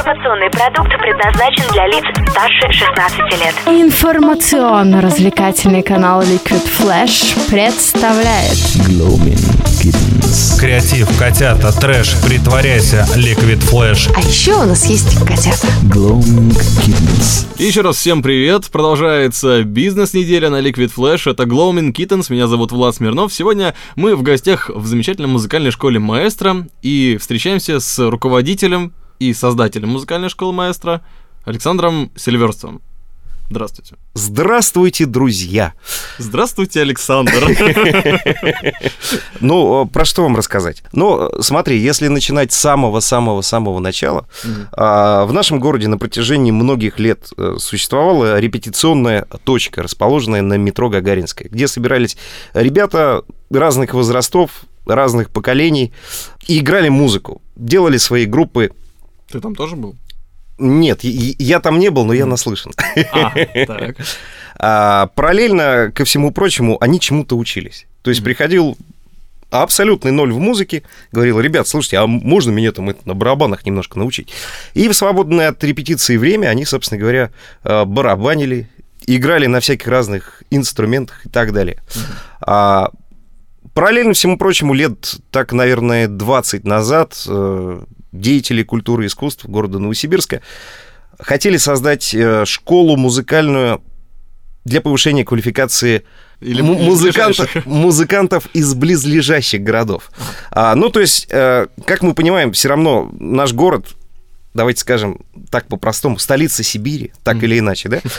Информационный продукт предназначен для лиц старше 16 лет. Информационно-развлекательный канал Liquid Flash представляет Gloaming Kittens. Креатив, котята, трэш, притворяйся, Liquid Flash. А еще у нас есть котята. Gloaming Kittens. Еще раз всем привет. Продолжается бизнес-неделя на Liquid Flash. Это Gloaming Kittens. Меня зовут Влад Смирнов. Сегодня мы в гостях в замечательной музыкальной школе Маэстро и встречаемся с руководителем и создателем музыкальной школы Маэстро Александром Сильверстовым. Здравствуйте. Здравствуйте, друзья. Здравствуйте, Александр. Ну, про что вам рассказать? Ну, смотри, если начинать с самого-самого-самого начала, в нашем городе на протяжении многих лет существовала репетиционная точка, расположенная на метро Гагаринская, где собирались ребята разных возрастов, разных поколений и играли музыку, делали свои группы. Ты там тоже был? Нет, я там не был, но я наслышан. Так. Параллельно ко всему прочему, они чему-то учились. То есть приходил абсолютный ноль в музыке, говорил: ребят, слушайте, а можно меня там на барабанах немножко научить? И в свободное от репетиции время они, собственно говоря, барабанили, играли на всяких разных инструментах и так далее. Параллельно всему прочему, лет так, наверное, 20 назад деятели культуры и искусств города Новосибирска хотели создать школу музыкальную для повышения квалификации музыкантов из близлежащих городов. Ну, то есть, как мы понимаем, все равно наш город, давайте скажем так по-простому, столица Сибири, так или иначе, да?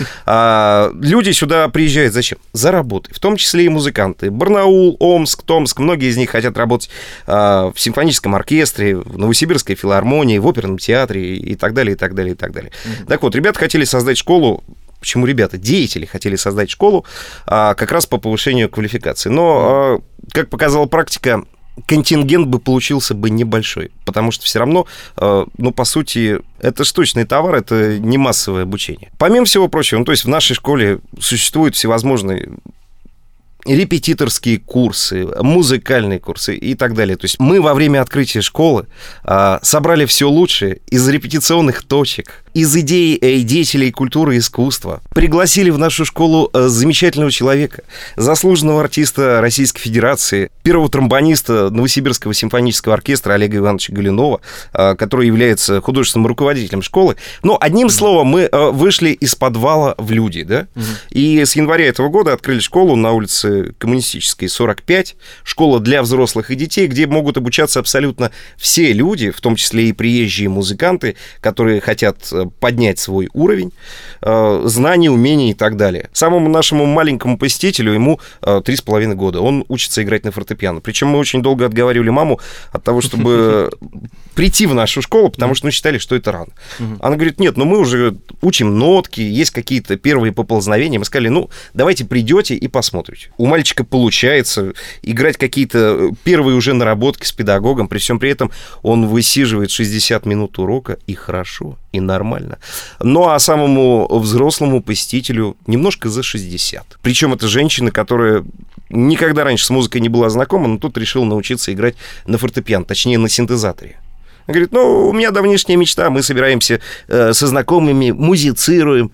Люди сюда приезжают зачем? За работой, в том числе и музыканты. Барнаул, Омск, Томск, многие из них хотят работать в симфоническом оркестре, в Новосибирской филармонии, в оперном театре и так далее, и так далее, и так далее. Так вот, ребята хотели создать школу. Почему ребята? Деятели хотели создать школу как раз по повышению квалификации. Но, как показала практика, контингент бы получился бы небольшой, потому что все равно, ну, по сути, это штучный товар, это не массовое обучение. Помимо всего прочего, ну, то есть в нашей школе существуют всевозможные репетиторские курсы, музыкальные курсы и так далее. То есть мы во время открытия школы собрали все лучшее из репетиционных точек, из идей деятелей культуры и искусства. Пригласили в нашу школу замечательного человека, заслуженного артиста Российской Федерации, первого тромбониста Новосибирского симфонического оркестра Олега Ивановича Голюнова, который является художественным руководителем школы. Но, одним словом, мы вышли из подвала в люди, да? И с января этого года открыли школу на улице Коммунистической, 45, школа для взрослых и детей, где могут обучаться абсолютно все люди, в том числе и приезжие музыканты, которые хотят поднять свой уровень, знаний, умений и так далее. Самому нашему маленькому посетителю, ему 3,5 года, он учится играть на фортепиано. Причем мы очень долго отговаривали маму от того, чтобы прийти в нашу школу, потому что мы считали, что это рано. Она говорит: нет, ну мы уже учим нотки, есть какие-то первые поползновения. Мы сказали: ну, давайте придете и посмотрите. У мальчика получается играть какие-то первые уже наработки с педагогом, при всем при этом он высиживает 60 минут урока, и хорошо, и нормально. Ну, а самому взрослому посетителю немножко за 60. Причем это женщина, которая никогда раньше с музыкой не была знакома, но тут решила научиться играть на фортепиано, точнее, на синтезаторе. Она говорит: ну, у меня давнишняя мечта, мы собираемся со знакомыми, музицируем,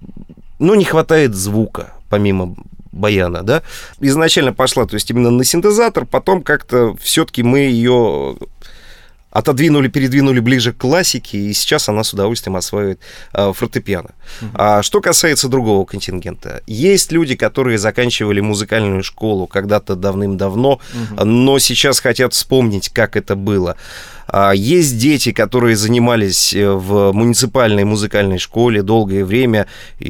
но не хватает звука, помимо баяна, да. Изначально пошла, то есть именно на синтезатор, потом как-то все-таки мы ее отодвинули, передвинули ближе к классике, и сейчас она с удовольствием осваивает фортепиано. А что касается другого контингента, есть люди, которые заканчивали музыкальную школу когда-то давным-давно, но сейчас хотят вспомнить, как это было. Есть дети, которые занимались в муниципальной музыкальной школе долгое время,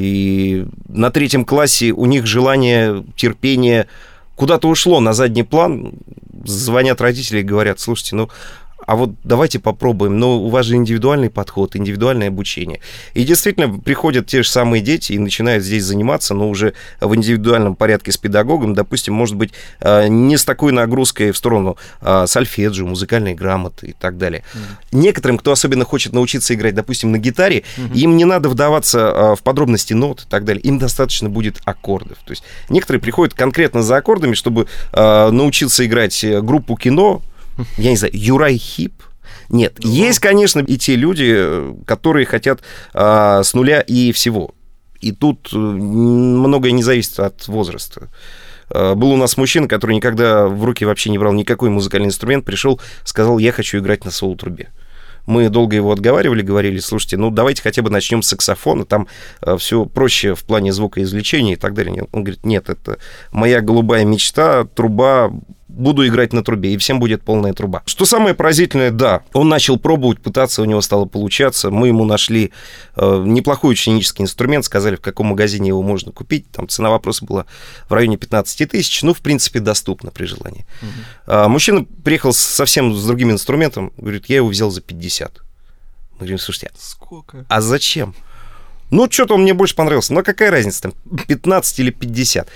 и на 3 классе у них желание, терпение куда-то ушло на задний план. Звонят родители и говорят: слушайте, ну, а вот давайте попробуем, но у вас же индивидуальный подход, индивидуальное обучение. И действительно приходят те же самые дети и начинают здесь заниматься, но уже в индивидуальном порядке с педагогом, допустим, может быть, не с такой нагрузкой в сторону сольфеджио, музыкальной грамоты и так далее. Некоторым, кто особенно хочет научиться играть, допустим, на гитаре, им не надо вдаваться в подробности нот и так далее, им достаточно будет аккордов. То есть некоторые приходят конкретно за аккордами, чтобы научиться играть группу кино, я не знаю, Юрай Хип, Нет, есть, конечно, и те люди, которые хотят с нуля и всего. И тут многое не зависит от возраста. Был у нас мужчина, который никогда в руки вообще не брал никакой музыкальный инструмент, пришел, сказал, я хочу играть на соло-трубе. Мы долго его отговаривали, говорили, слушайте, ну давайте хотя бы начнем с саксофона, там все проще в плане звукоизвлечения и так далее. Он говорит, нет, это моя голубая мечта, труба, буду играть на трубе, и всем будет полная труба. Что самое поразительное, да, он начал пробовать, пытаться, у него стало получаться. Мы ему нашли неплохой ученический инструмент, сказали, в каком магазине его можно купить. Там цена вопроса была в районе 15 тысяч, ну, в принципе, доступно при желании. Мужчина приехал совсем с другим инструментом, говорит, я его взял за 50. Мы говорим, слушайте, Сколько? а зачем? Ну, что-то он мне больше понравился. Но какая разница, там, 15 или 50?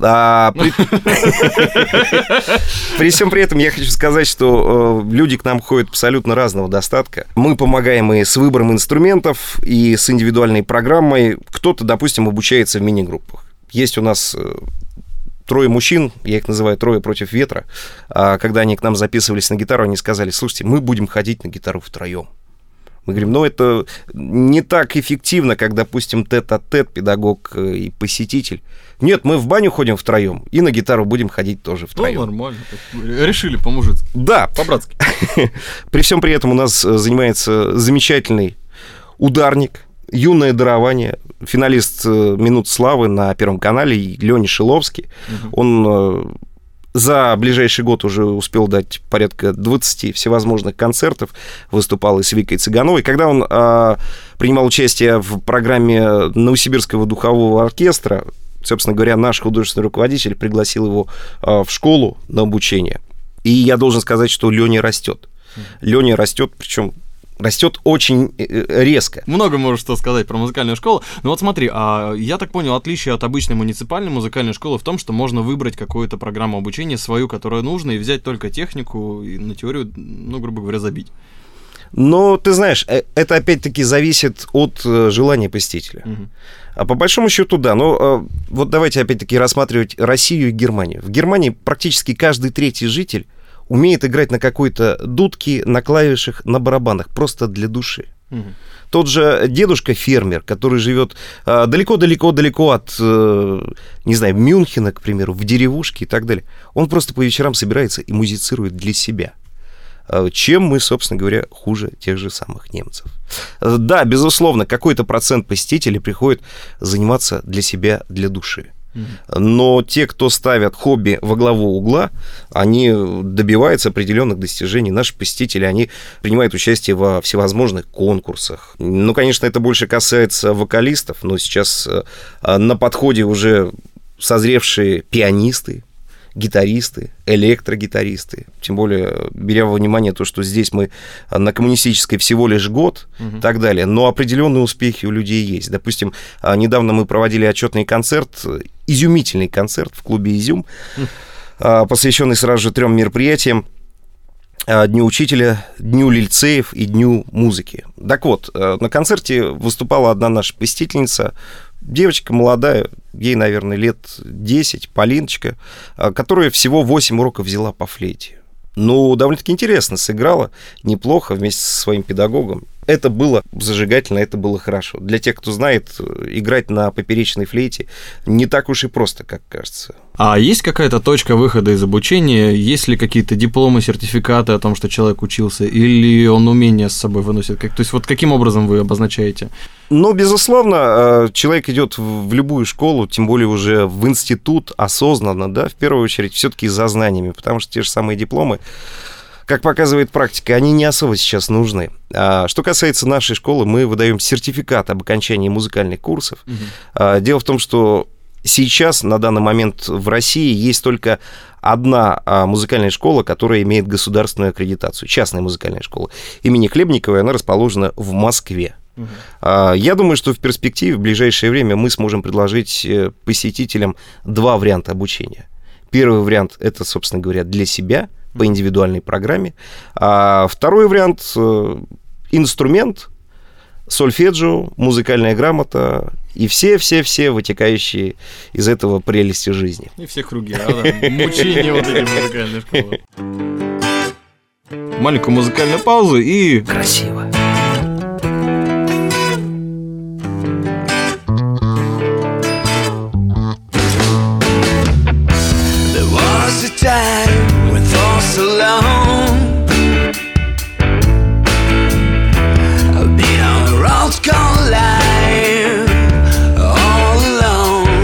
При всем при этом я хочу сказать, что люди к нам ходят абсолютно разного достатка. Мы помогаем и с выбором инструментов, и с индивидуальной программой. Кто-то, допустим, обучается в мини-группах. Есть у нас 3 мужчин, я их называю 3 против ветра. Когда они к нам записывались на гитару, они сказали, слушайте, мы будем ходить на гитару втроем. Мы говорим, ну, это не так эффективно, как, допустим, тет-а-тет, педагог и посетитель. Нет, мы в баню ходим втроем, и на гитару будем ходить тоже втроем. Ну, нормально. Решили по-мужицки. Да. По-братски. При всем при этом у нас занимается замечательный ударник, юное дарование, финалист «Минут славы» на Первом канале, Лёня Шиловский. Он за ближайший год уже успел дать порядка 20 всевозможных концертов, выступал и с Викой Цыгановой. Когда он принимал участие в программе Новосибирского духового оркестра, собственно говоря, наш художественный руководитель пригласил его в школу на обучение. И я должен сказать, что Лёня растет. Лёня растет, причем растет очень резко. Много можешь что сказать про музыкальную школу. Но вот смотри, я так понял, отличие от обычной муниципальной музыкальной школы в том, что можно выбрать какую-то программу обучения, свою, которую нужно, и взять только технику, и на теорию, ну, грубо говоря, забить. Но, ты знаешь, это опять-таки зависит от желания посетителя. А по большому счету, да. Но вот давайте опять-таки рассматривать Россию и Германию. В Германии практически каждый 3-й житель умеет играть на какой-то дудке, на клавишах, на барабанах, просто для души. Тот же дедушка-фермер, который живет далеко-далеко-далеко от, не знаю, Мюнхена, к примеру, в деревушке и так далее, он просто по вечерам собирается и музицирует для себя. Чем мы, собственно говоря, хуже тех же самых немцев. Да, безусловно, какой-то процент посетителей приходит заниматься для себя, для души. Но те, кто ставят хобби во главу угла, они добиваются определенных достижений. Наши посетители, они принимают участие во всевозможных конкурсах. Ну, конечно, это больше касается вокалистов, но сейчас на подходе уже созревшие пианисты, гитаристы, электрогитаристы. Тем более, беря во внимание то, что здесь мы на коммунистической всего лишь год и так далее, но определенные успехи у людей есть. Допустим, недавно мы проводили отчетный концерт, изумительный концерт в клубе «Изюм», посвященный сразу же 3 мероприятиям: Дню учителя, Дню лицеев и Дню музыки. Так вот, на концерте выступала одна наша посетительница, девочка молодая, ей, наверное, лет 10, Полиночка, которая всего 8 уроков взяла по флейте. Ну, довольно-таки интересно, сыграла неплохо вместе со своим педагогом. Это было зажигательно, это было хорошо. Для тех, кто знает, играть на поперечной флейте не так уж и просто, как кажется. А есть какая-то точка выхода из обучения? Есть ли какие-то дипломы, сертификаты о том, что человек учился? Или он умения с собой выносит? То есть вот каким образом вы обозначаете? Ну, безусловно, человек идет в любую школу, тем более уже в институт осознанно, да, в первую очередь, все-таки за знаниями, потому что те же самые дипломы, как показывает практика, они не особо сейчас нужны. Что касается нашей школы, мы выдаем сертификат об окончании музыкальных курсов. Дело в том, что сейчас, на данный момент в России, есть только одна музыкальная школа, которая имеет государственную аккредитацию, частная музыкальная школа имени Хлебниковой, она расположена в Москве. Я думаю, что в перспективе, в ближайшее время мы сможем предложить посетителям 2 варианта обучения. Первый вариант – это, собственно говоря, для себя, по индивидуальной программе. А второй вариант – инструмент, сольфеджио, музыкальная грамота и все вытекающие из этого прелести жизни. И все круги, мучения вот эти музыкальные школы. маленькую музыкальную паузу и... Красиво. Time when thoughts alone, I've been on the road called life all alone,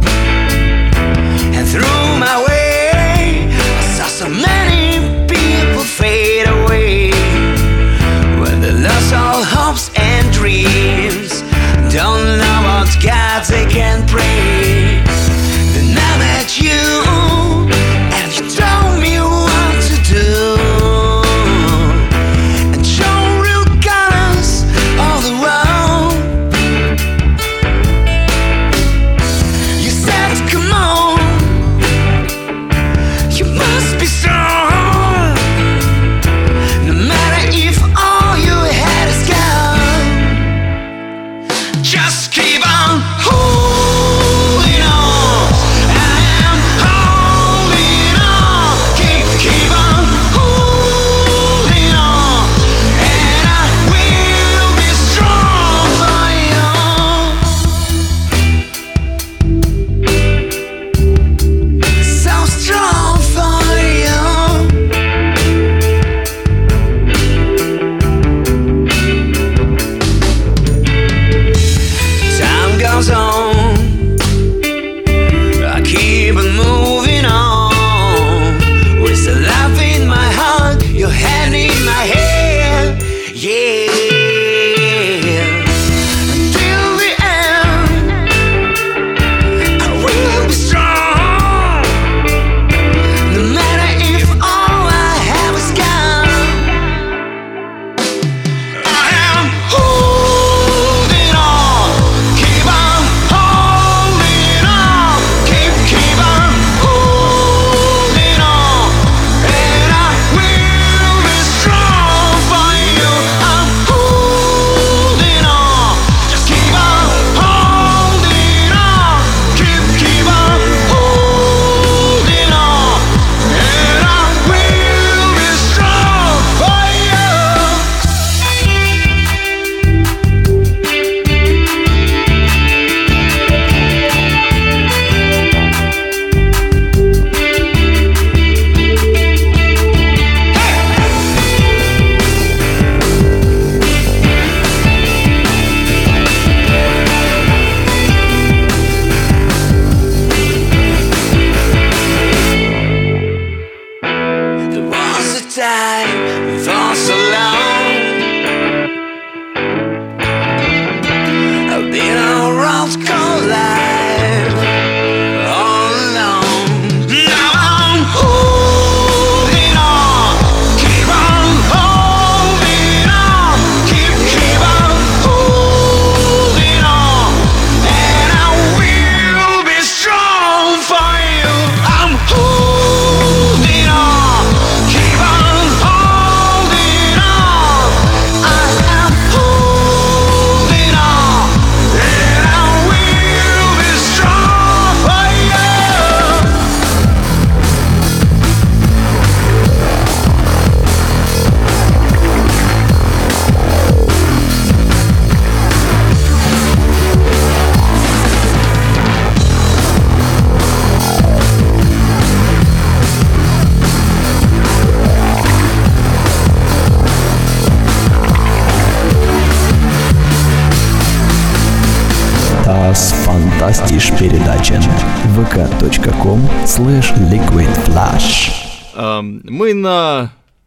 and through my way I saw so many people fade away when they lost all hopes and dreams, don't know what God they can pray. Then I met you. Tell me what to do and show real colors of the world. You said, come on, you must be strong, no matter if all you had is gone. Just keep on holding on. I am holding on. Keep on holding on, and I will be strong for you. So strong for you. Time goes on, I keep on moving on. With the love in my heart, your hand in my hand, yeah. Until the end, I will be strong, no matter if all I have is gone. I am holding on, keep on holding on, keep on holding on, and I will be strong for you. I'm holding on, just keep on holding on, keep on holding on, and I will be strong for you. There was a time we thought so long, I've been on roads called life all alone. Now I'm holding on, keep on holding on, keep on holding on, and I will be strong for you. I'm holding on, keep on holding on. I am holding on, and I will be strong for you. Das fantastisch передача. vk.com/liquidflash. Мы на...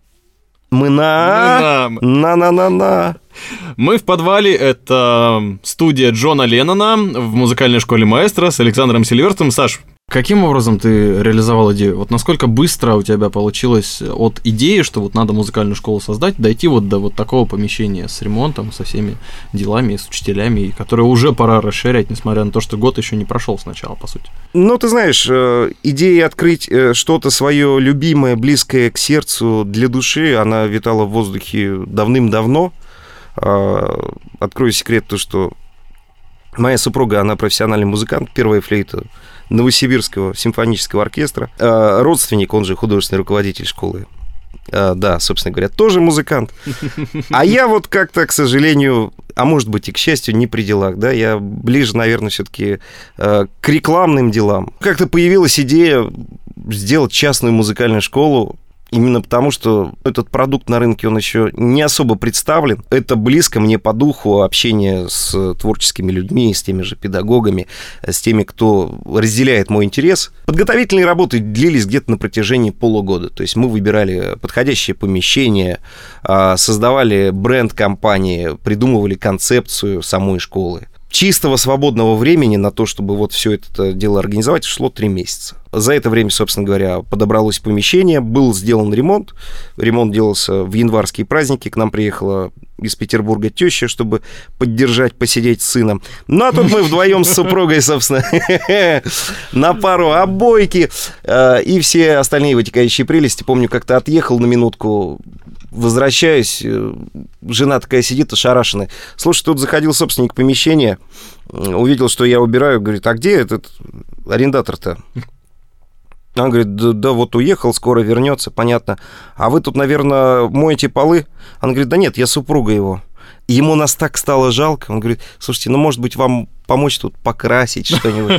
На-на-на-на. Мы в подвале, это студия Джона Леннона в музыкальной школе маэстро с Александром Сильверстом. Саш, каким образом ты реализовал идею? Вот насколько быстро у тебя получилось от идеи, что вот надо музыкальную школу создать, дойти вот до вот такого помещения с ремонтом, со всеми делами, с учителями, которые уже пора расширять, несмотря на то, что год еще не прошел сначала, по сути? Ну, ты знаешь, идея открыть что-то свое любимое, близкое к сердцу для души, она витала в воздухе давным-давно. Открою секрет, то, что моя супруга, она профессиональный музыкант, первая флейта Новосибирского симфонического оркестра. Родственник, он же художественный руководитель школы Да, собственно говоря, тоже музыкант. А я вот как-то, к сожалению, а может быть и к счастью, не при делах, да, я ближе, наверное, все-таки к рекламным делам. Как-то появилась идея сделать частную музыкальную школу, именно потому, что этот продукт на рынке, он еще не особо представлен. Это близко мне по духу общение с творческими людьми, с теми же педагогами, с теми, кто разделяет мой интерес. Подготовительные работы длились где-то на протяжении полугода. То есть мы выбирали подходящее помещение, создавали бренд компании, придумывали концепцию самой школы. Чистого свободного времени на то, чтобы вот все это дело организовать, шло 3 месяца. За это время, собственно говоря, подобралось помещение, был сделан ремонт. Ремонт делался в январские праздники. К нам приехала из Петербурга теща, чтобы поддержать, посидеть с сыном. Ну, а тут мы вдвоем с супругой, собственно, на пару обойки и все остальные вытекающие прелести. Помню, как-то отъехал на минутку, возвращаюсь, жена такая сидит ошарашенная. Слушай, тут заходил собственник помещения, увидел, что я убираю, говорит, а где этот арендатор-то? Он говорит, да вот уехал, скоро вернется, понятно. А вы тут, наверное, моете полы? Он говорит, да нет, я супруга его. Ему нас так стало жалко. Он говорит, слушайте, ну, может быть, вам помочь тут покрасить что-нибудь?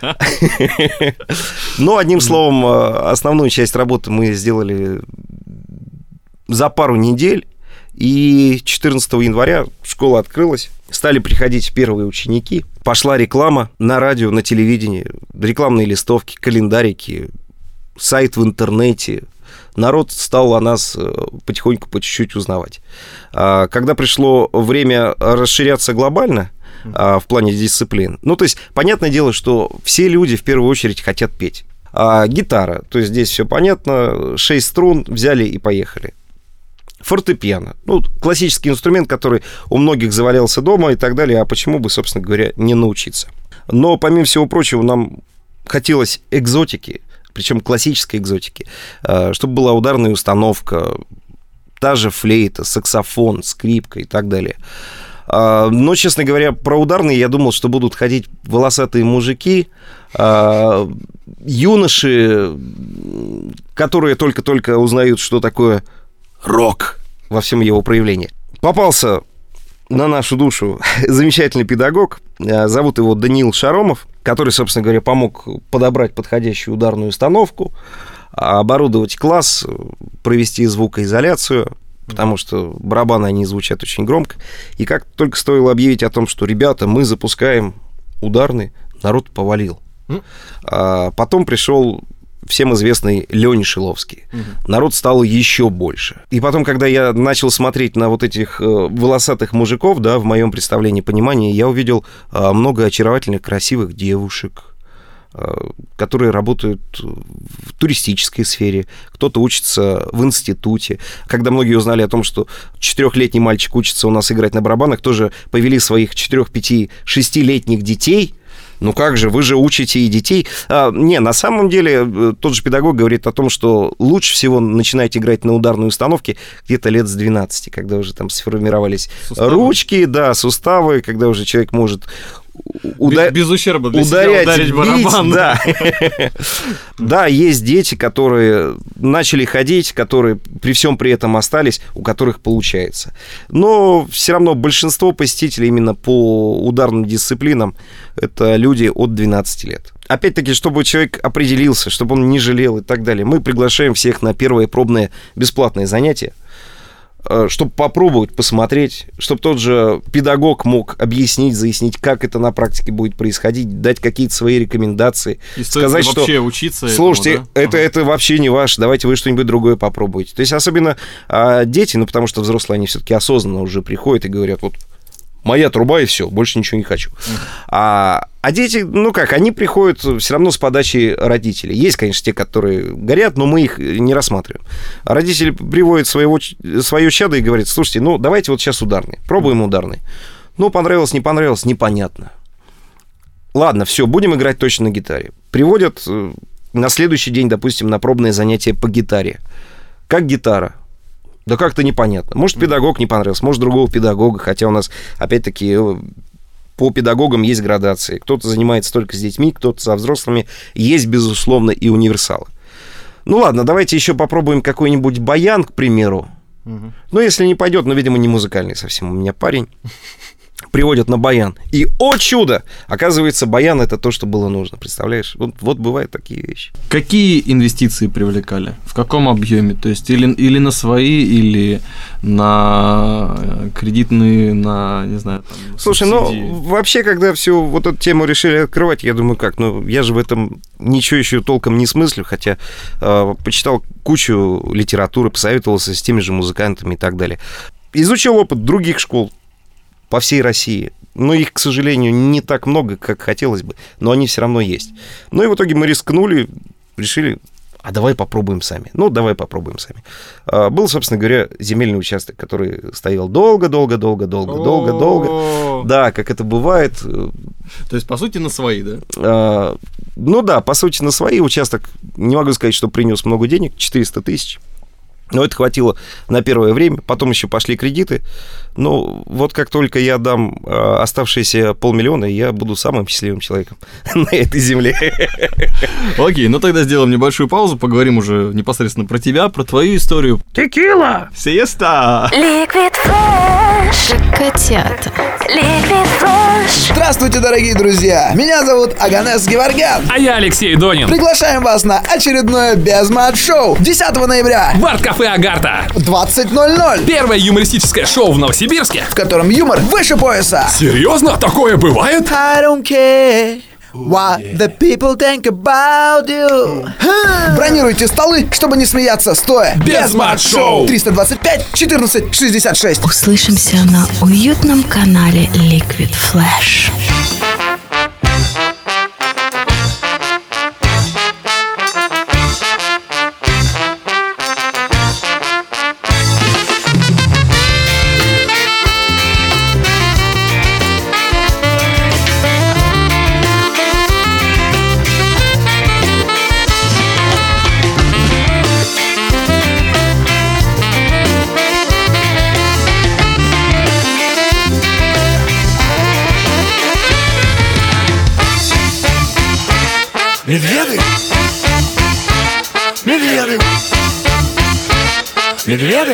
Ну, одним словом, основную часть работы мы сделали за пару недель, и 14 января школа открылась, стали приходить первые ученики, пошла реклама на радио, на телевидении, рекламные листовки, календарики, сайт в интернете. Народ стал о нас потихоньку, по чуть-чуть узнавать. Когда пришло время расширяться глобально в плане дисциплин, ну, то есть, понятное дело, что все люди в первую очередь хотят петь. Гитара, то есть здесь все понятно, 6 струн взяли и поехали. Фортепиано. Ну, классический инструмент, который у многих завалялся дома и так далее. А почему бы, собственно говоря, не научиться? Но, помимо всего прочего, нам хотелось экзотики, причем классической экзотики, чтобы была ударная установка, та же флейта, саксофон, скрипка и так далее. Но, честно говоря, про ударные я думал, что будут ходить волосатые мужики, юноши, которые только-только узнают, что такое рок во всем его проявлении. Попался на нашу душу замечательный педагог, зовут его Даниил Шаромов, который, собственно говоря, помог подобрать подходящую ударную установку, оборудовать класс, провести звукоизоляцию, потому что барабаны, они звучат очень громко. И как только стоило объявить о том, что, ребята, мы запускаем ударный, народ повалил. Потом пришел всем известный Леня Шиловский. Народ стало еще больше. И потом, когда я начал смотреть на вот этих волосатых мужиков, да, в моем представлении, понимании, я увидел много очаровательных, красивых девушек, которые работают в туристической сфере, кто-то учится в институте. Когда многие узнали о том, что 4-летний мальчик учится у нас играть на барабанах, тоже повели своих 4, 5, 6-летних детей. Ну как же, вы же учите и детей. Не, на самом деле, тот же педагог говорит о том, что лучше всего начинать играть на ударной установке где-то лет с 12, когда уже там сформировались ручки, да, суставы, когда уже человек может без ущерба для ударять, себя ударить барабан. Да. Да, есть дети, которые начали ходить, которые при всем при этом остались, у которых получается. Но все равно большинство посетителей именно по ударным дисциплинам это люди от 12 лет. Опять-таки, чтобы человек определился, чтобы он не жалел и так далее, мы приглашаем всех на первое пробное бесплатное занятие, чтобы попробовать, посмотреть, чтобы тот же педагог мог объяснить, заяснить, как это на практике будет происходить, дать какие-то свои рекомендации. И сказать, что вообще учиться слушайте, этому, да? это вообще не ваше, давайте вы что-нибудь другое попробуйте. То есть особенно дети, ну потому что взрослые, они все-таки осознанно уже приходят и говорят, вот моя труба и все, больше ничего не хочу. А дети, ну как, они приходят все равно с подачи родителей. Есть, конечно, те, которые горят, но мы их не рассматриваем. А родители приводят свое чадо и говорят, слушайте, ну давайте вот сейчас ударный, пробуем ударный. Ну, понравилось, не понравилось, непонятно. Ладно, все, будем играть точно на гитаре. Приводят на следующий день, допустим, на пробное занятие по гитаре. Как гитара? Да как-то непонятно. Может, педагог не понравился, может, другого педагога, хотя у нас, опять-таки, по педагогам есть градации. Кто-то занимается только с детьми, кто-то со взрослыми. Есть, безусловно, и универсалы. Ну ладно, давайте еще попробуем какой-нибудь баян, к примеру. Ну, если не пойдет, ну, видимо, не музыкальный совсем у меня парень. Приводят на баян. И, о чудо! Оказывается, баян — это то, что было нужно. Представляешь? Вот бывают такие вещи. Какие инвестиции привлекали? В каком объеме? То есть или на свои, или на кредитные, на, не знаю, там, Слушай, субсидии? ну, вообще, когда всю вот эту тему решили открывать, я думаю, как? Ну, я же в этом ничего еще толком не смыслю, хотя почитал кучу литературы, посоветовался с теми же музыкантами и так далее. Изучил опыт других школ по всей России. Но их, к сожалению, не так много, как хотелось бы, но они все равно есть. Ну и в итоге мы рискнули, решили, а давай попробуем сами. Ну, давай попробуем сами. Был, собственно говоря, земельный участок, который стоял долго. Да, как это бывает. То есть, по сути, на свои, да? Ну да, по сути, на свои. Участок, не могу сказать, что принес много денег, 400 тысяч. Но это хватило на первое время, потом еще пошли кредиты. Но вот как только я дам оставшиеся 500 000, я буду самым счастливым человеком на этой земле. Окей, ну тогда сделаем небольшую паузу, поговорим уже непосредственно про тебя, про твою историю. Текила! Сиеста! Liquid Flash. Котята. Liquid Flash. Здравствуйте, дорогие друзья! Меня зовут Оганес Геворгян. А я Алексей Донин. Приглашаем вас на очередное Безмат-шоу 10 ноября В арт-кафе Агарта. 20:00, Первое юмористическое шоу в Новосибирске. в котором юмор выше пояса. Серьезно? Такое бывает? I don't care what the people think about you. Бронируйте столы, чтобы не смеяться стоя. Безмат-шоу. 325-14-66. Услышимся на уютном канале Liquid Flash. Медведы! Медведы! Медведы!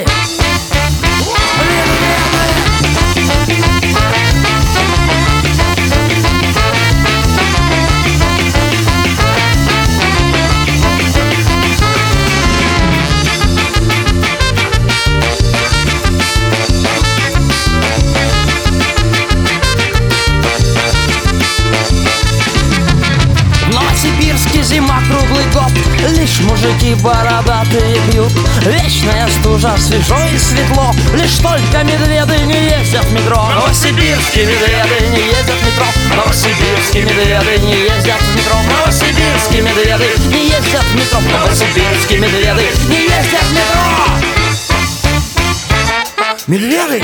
В Новосибирске зима круглый год, лишь мужики бородатые пьют. Вечная стужа, свежо и светло, лишь только медведы не ездят в метро. Новосибирские медведы не ездят в метро. Новосибирские медведы не ездят в метро. Новосибирские медведы не ездят в метро. Новосибирские медведы не ездят в метро. Медведы!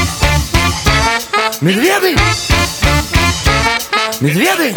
Медведы! Медведы!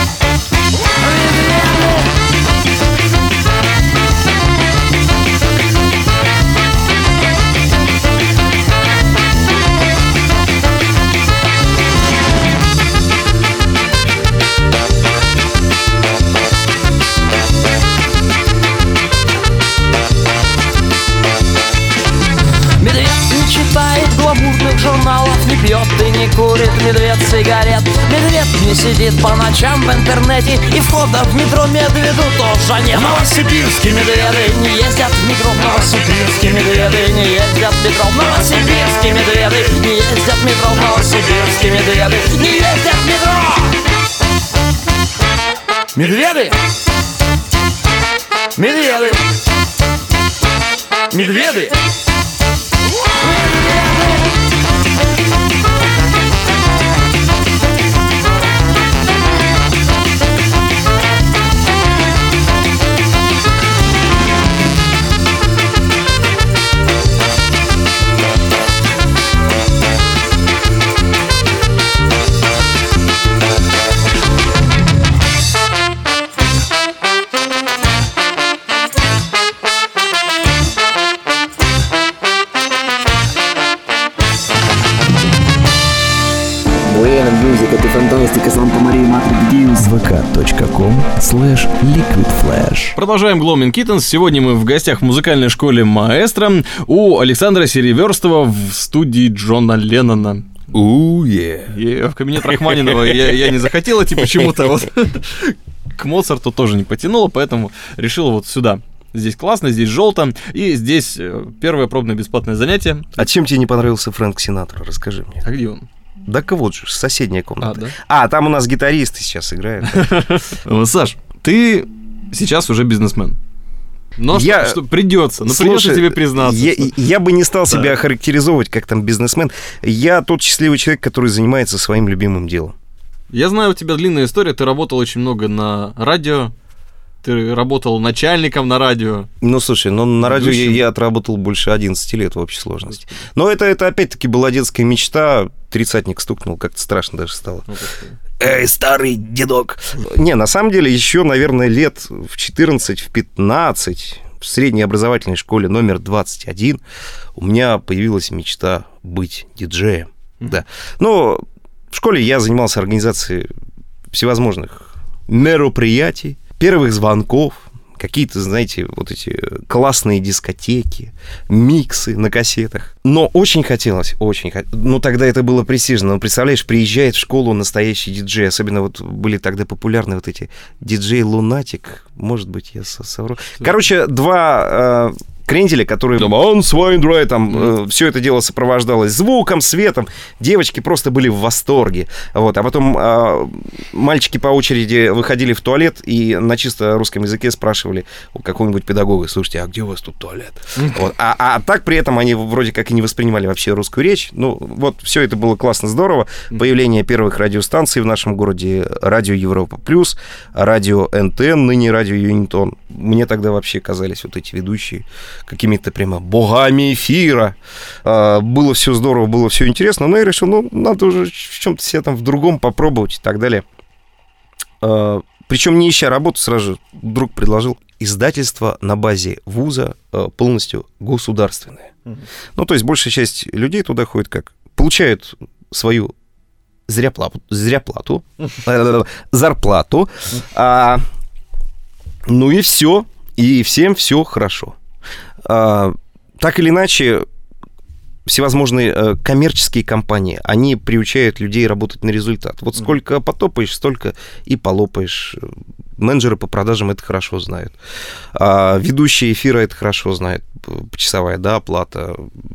Медведь не читает гламурных журналов, не пьет и не курит медведь сигарет. Медведь не сидит по ночам в интернете, и входа в метро медведу тоже нет. Новосибирские медведы не ездят в метро. Новосибирские медведы не ездят в метро. Новосибирские медведы не ездят в метро. Новосибирские медведы не ездят в метро. Медведы! Медведы! Медведы! Охуенно, мюзик, это фантастика, Санта-Мария, Матрик, Дьюс. vk.com/liquidflash. Продолжаем Glowing Kittens. Сегодня мы в гостях в музыкальной школе Маэстро у Александра Сереверстова в студии Джона Леннона. В кабинет Рахманинова я не захотел идти почему-то. Вот. К Моцарту тоже не потянуло, поэтому решил вот сюда. Здесь классно, здесь желто, и здесь первое пробное бесплатное занятие. А чем тебе не понравился Фрэнк Синатра? Расскажи мне. А где он? Да-ка вот же, соседняя комната. Да? Там у нас гитаристы сейчас играют. Саш, ты сейчас уже бизнесмен. Но что придется, придется тебе признаться. Я бы не стал себя характеризовывать как там бизнесмен. Я тот счастливый человек, который занимается своим любимым делом. Я знаю, у тебя длинная история, ты работал очень много на радио. Ты работал начальником на радио. Ну, слушай, на радио я отработал больше 11 лет в общей сложности. Но это опять-таки была детская мечта. 30-ник стукнул, как-то страшно даже стало. Эй, старый дедок! Не, на самом деле, еще, наверное, лет в 14, в 15, в средней образовательной школе номер 21 у меня появилась мечта быть диджеем. Да. Но в школе я занимался организацией всевозможных мероприятий, первых звонков, какие-то, знаете, вот эти классные дискотеки, миксы на кассетах. Но очень хотелось. Ну, тогда это было престижно. Ну, представляешь, приезжает в школу настоящий диджей. Особенно вот были тогда популярны вот эти диджей Лунатик. Может быть, я совру. Короче, два кренделя, которые там все это дело сопровождалось звуком, светом. Девочки просто были в восторге. Вот. А потом мальчики по очереди выходили в туалет и на чисто русском языке спрашивали у какого-нибудь педагога: слушайте, а где у вас тут туалет? Вот. А так при этом они вроде как и не воспринимали вообще русскую речь. Ну, вот все это было классно, здорово. Появление первых радиостанций в нашем городе: радио Европа Плюс, радио НТН, ныне радио Юнитон. Мне тогда вообще казались вот эти ведущие какими-то прямо богами эфира. Было все здорово, было все интересно, но я решил, надо уже в чем-то себя там в другом попробовать и так далее. Причем не ища работу, сразу же друг предложил издательство на базе вуза полностью государственное. Ну, то есть большая часть людей туда ходит как? Получают свою зарплату, ну и все, и всем все хорошо. Так или иначе, всевозможные коммерческие компании, они приучают людей работать на результат. Вот сколько потопаешь, столько и полопаешь. Менеджеры по продажам это хорошо знают. Ведущие эфира это хорошо знают. Почасовая, оплата.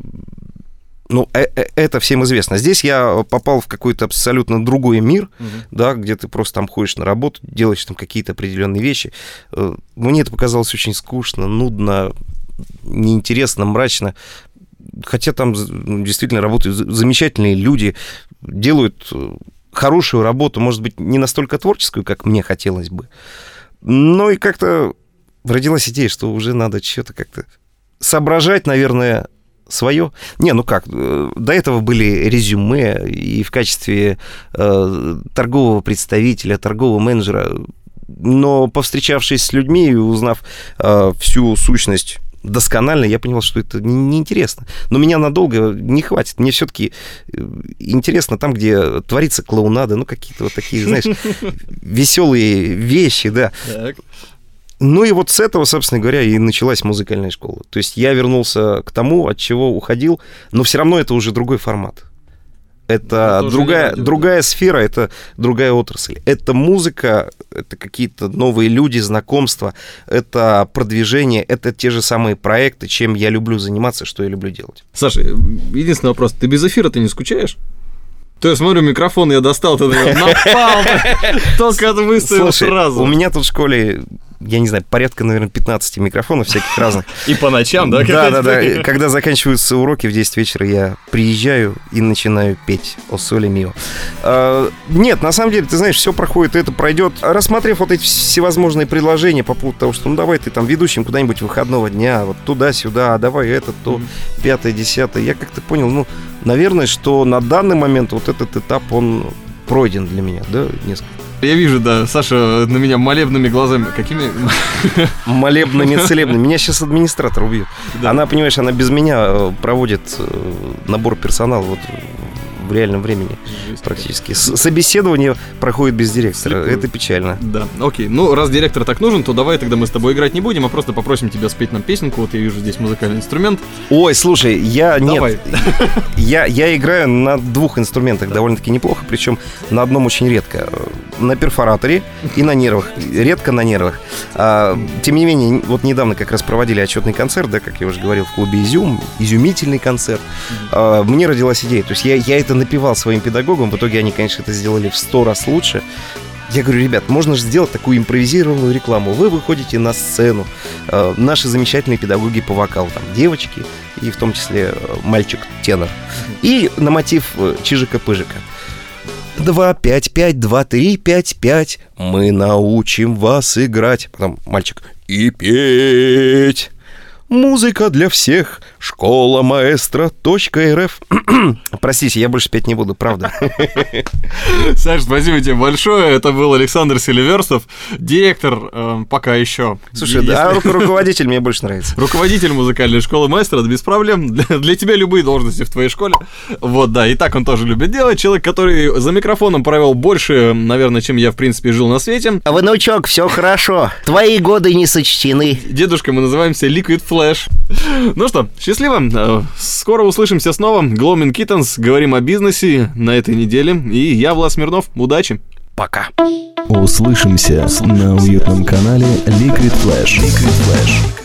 Ну, это всем известно. Здесь я попал в какой-то абсолютно другой мир, да, где ты просто там ходишь на работу, делаешь там какие-то определенные вещи. Мне это показалось очень скучно, нудно, неинтересно, мрачно. Хотя там действительно работают замечательные люди, делают хорошую работу, может быть, не настолько творческую, как мне хотелось бы. Но и как-то родилась идея, что уже надо что-то как-то соображать, наверное, свое. До этого были резюме, и в качестве торгового представителя, торгового менеджера. Но повстречавшись с людьми и узнав всю сущность досконально, я понял, что это неинтересно. Но меня надолго не хватит. Мне все-таки интересно там, где творится клоунада, какие-то вот такие, знаешь, веселые вещи, да. Так. Ну и вот с этого, собственно говоря, и началась музыкальная школа. То есть я вернулся к тому, от чего уходил, но все равно это уже другой формат. Это другая сфера, это другая отрасль. Это музыка, это какие-то новые люди, знакомства, это продвижение, это те же самые проекты, чем я люблю заниматься, что я люблю делать. Саша, единственный вопрос. Ты без эфира ты не скучаешь? То я смотрю, микрофон я достал, ты напал, только выставил сразу. У меня тут в школе, я не знаю, порядка, наверное, 15 микрофонов всяких разных. И по ночам, да? Да. Когда заканчиваются уроки в 10 вечера, я приезжаю и начинаю петь «О соле мио». Нет, на самом деле, ты знаешь, все проходит, это пройдет. Рассмотрев вот эти всевозможные предложения по поводу того, что давай ты там ведущим куда-нибудь выходного дня, вот туда-сюда, давай это, то, 5-10, я как-то понял, наверное, что на данный момент вот этот этап, он пройден для меня, да, несколько. Я вижу, да, Саша на меня молебными глазами. Какими? Молебными, целебными. Меня сейчас администратор убьет. Да. Она, понимаешь, она без меня проводит набор персонала вот в реальном времени практически. Собеседование проходит без директора. Это печально. Да, окей. Ну, раз директор так нужен, то давай тогда мы с тобой играть не будем, а просто попросим тебя спеть нам песенку. Вот я вижу здесь музыкальный инструмент. Ой, слушай, я играю на 2 инструментах довольно-таки неплохо, причем на одном очень редко. На перфораторе и на нервах. Редко на нервах. Тем не менее, вот недавно как раз проводили отчетный концерт, да, как я уже говорил, в клубе «Изюм», изумительный концерт. Мне родилась идея, то есть я это напевал своим педагогам, в итоге они, конечно, это сделали в 100 раз лучше. Я говорю, ребят, можно же сделать такую импровизированную рекламу. Вы выходите на сцену, наши замечательные педагоги по вокалу, там, девочки и в том числе мальчик-тенор. И на мотив Чижика-Пыжика. 2, 5, 5, 2, 3, 5, 5. Мы научим вас играть. Потом мальчик. И петь. Музыка для всех. Школа маэстро.рф. Простите, я больше петь не буду, правда. Саш, спасибо тебе большое. Это был Александр Селиверстов, директор пока еще. Слушай, да, руководитель мне больше нравится. Руководитель музыкальной школы маэстро, это без проблем. Для тебя любые должности в твоей школе. Вот, да, и так он тоже любит делать. Человек, который за микрофоном провел больше, наверное, чем я, в принципе, жил на свете. Внучок, все хорошо. Твои годы не сочтены. Дедушка, мы называемся Liquid Flash. Ну что, счастливо. Скоро услышимся снова. Gloaming Kittens. Говорим о бизнесе на этой неделе. И я, Влад Смирнов. Удачи. Пока. Услышимся на уютном канале Liquid Flash.